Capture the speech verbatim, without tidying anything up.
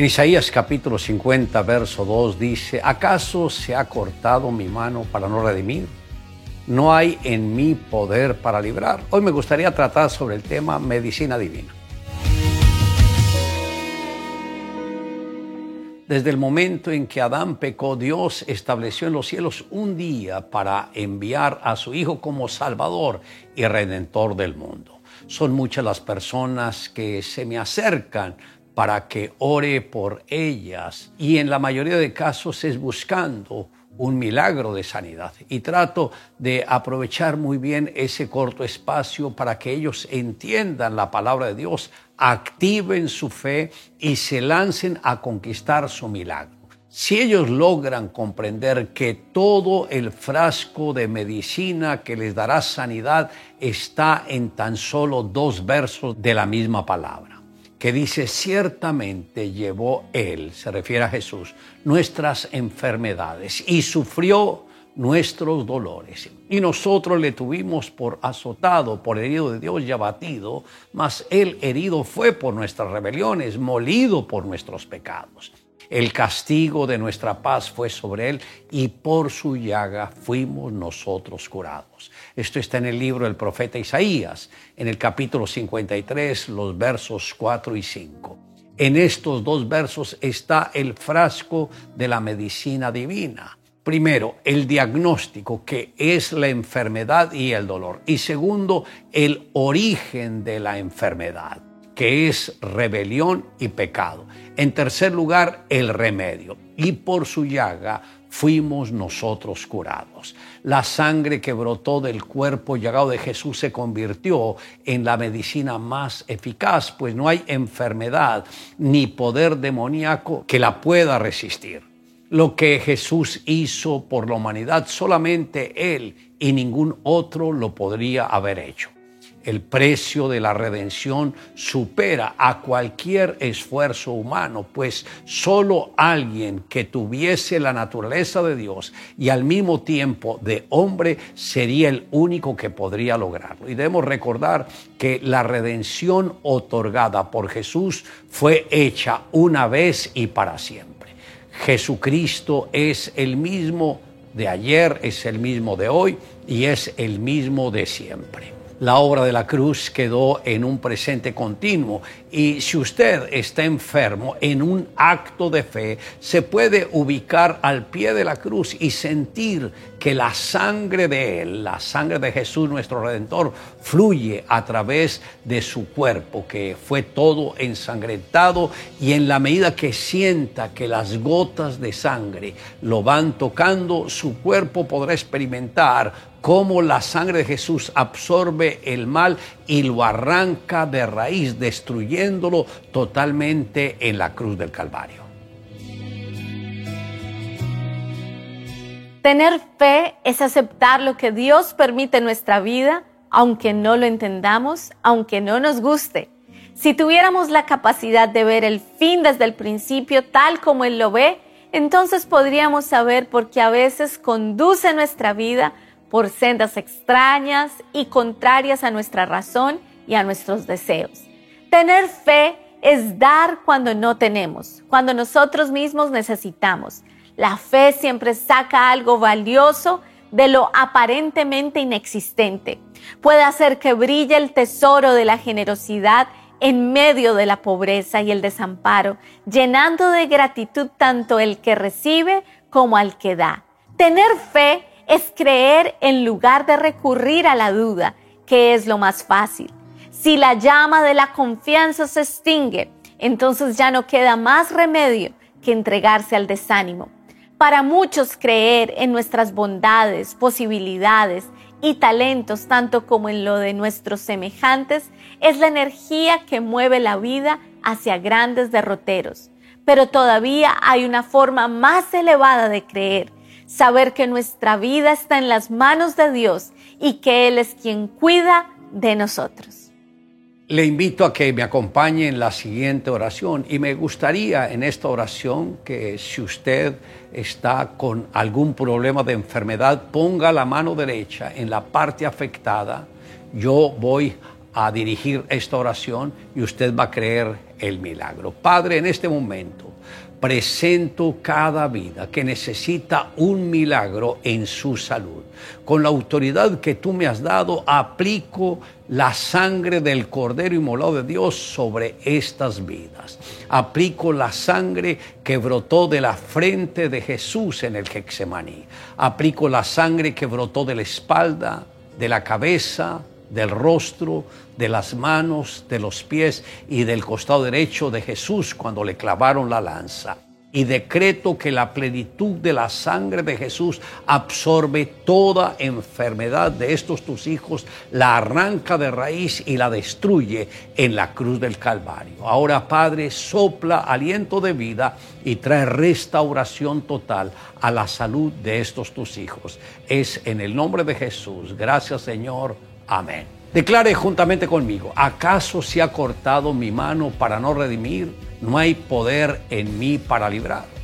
En Isaías capítulo cincuenta, verso dos dice: ¿acaso se ha cortado mi mano para no redimir? ¿No hay en mí poder para librar? Hoy me gustaría tratar sobre el tema medicina divina. Desde el momento en que Adán pecó, Dios estableció en los cielos un día para enviar a su Hijo como Salvador y Redentor del mundo. Son muchas las personas que se me acercan para que ore por ellas, y en la mayoría de casos es buscando un milagro de sanidad, y trato de aprovechar muy bien ese corto espacio para que ellos entiendan la palabra de Dios, activen su fe y se lancen a conquistar su milagro. Si ellos logran comprender que todo el frasco de medicina que les dará sanidad está en tan solo dos versos de la misma palabra, que dice: ciertamente llevó Él, se refiere a Jesús, nuestras enfermedades y sufrió nuestros dolores. Y nosotros le tuvimos por azotado, por herido de Dios y abatido, mas Él herido fue por nuestras rebeliones, molido por nuestros pecados. El castigo de nuestra paz fue sobre Él, y por su llaga fuimos nosotros curados. Esto está en el libro del profeta Isaías, en el capítulo cincuenta y tres, los versos cuatro y cinco. En estos dos versos está el frasco de la medicina divina. Primero, el diagnóstico, que es la enfermedad y el dolor. Y segundo, el origen de la enfermedad, que es rebelión y pecado. En tercer lugar, el remedio. Y por su llaga fuimos nosotros curados. La sangre que brotó del cuerpo llagado de Jesús se convirtió en la medicina más eficaz, pues no hay enfermedad ni poder demoníaco que la pueda resistir. Lo que Jesús hizo por la humanidad, solamente Él y ningún otro lo podría haber hecho. El precio de la redención supera a cualquier esfuerzo humano, pues solo alguien que tuviese la naturaleza de Dios y al mismo tiempo de hombre sería el único que podría lograrlo. Y debemos recordar que la redención otorgada por Jesús fue hecha una vez y para siempre. Jesucristo es el mismo de ayer, es el mismo de hoy y es el mismo de siempre. La obra de la cruz quedó en un presente continuo, y si usted está enfermo, en un acto de fe se puede ubicar al pie de la cruz y sentir que la sangre de Él, la sangre de Jesús nuestro Redentor, fluye a través de su cuerpo, que fue todo ensangrentado, y en la medida que sienta que las gotas de sangre lo van tocando, su cuerpo podrá experimentar cómo la sangre de Jesús absorbe el mal y lo arranca de raíz, destruyéndolo totalmente en la cruz del Calvario. Tener fe es aceptar lo que Dios permite en nuestra vida, aunque no lo entendamos, aunque no nos guste. Si tuviéramos la capacidad de ver el fin desde el principio tal como Él lo ve, entonces podríamos saber por qué a veces conduce nuestra vida por sendas extrañas y contrarias a nuestra razón y a nuestros deseos. Tener fe es dar cuando no tenemos, cuando nosotros mismos necesitamos. La fe siempre saca algo valioso de lo aparentemente inexistente. Puede hacer que brille el tesoro de la generosidad en medio de la pobreza y el desamparo, llenando de gratitud tanto el que recibe como al que da. Tener fe es creer en lugar de recurrir a la duda, que es lo más fácil. Si la llama de la confianza se extingue, entonces ya no queda más remedio que entregarse al desánimo. Para muchos, creer en nuestras bondades, posibilidades y talentos, tanto como en lo de nuestros semejantes, es la energía que mueve la vida hacia grandes derroteros. Pero todavía hay una forma más elevada de creer: saber que nuestra vida está en las manos de Dios y que Él es quien cuida de nosotros. Le invito a que me acompañe en la siguiente oración, y me gustaría en esta oración que, si usted está con algún problema de enfermedad, ponga la mano derecha en la parte afectada. Yo voy a dirigir esta oración y usted va a creer el milagro. Padre, en este momento Presento cada vida que necesita un milagro en su salud. Con la autoridad que tú me has dado, aplico la sangre del Cordero inmolado de Dios sobre estas vidas. Aplico la sangre que brotó de la frente de Jesús en el Getsemaní. Aplico la sangre que brotó de la espalda, de la cabeza, del rostro, de las manos, de los pies y del costado derecho de Jesús cuando le clavaron la lanza. Y decreto que la plenitud de la sangre de Jesús absorbe toda enfermedad de estos tus hijos, la arranca de raíz y la destruye en la cruz del Calvario. Ahora, Padre, sopla aliento de vida y trae restauración total a la salud de estos tus hijos. Es en el nombre de Jesús. Gracias, Señor. Amén. Declare juntamente conmigo: ¿acaso se ha cortado mi mano para no redimir? No hay poder en mí para librar.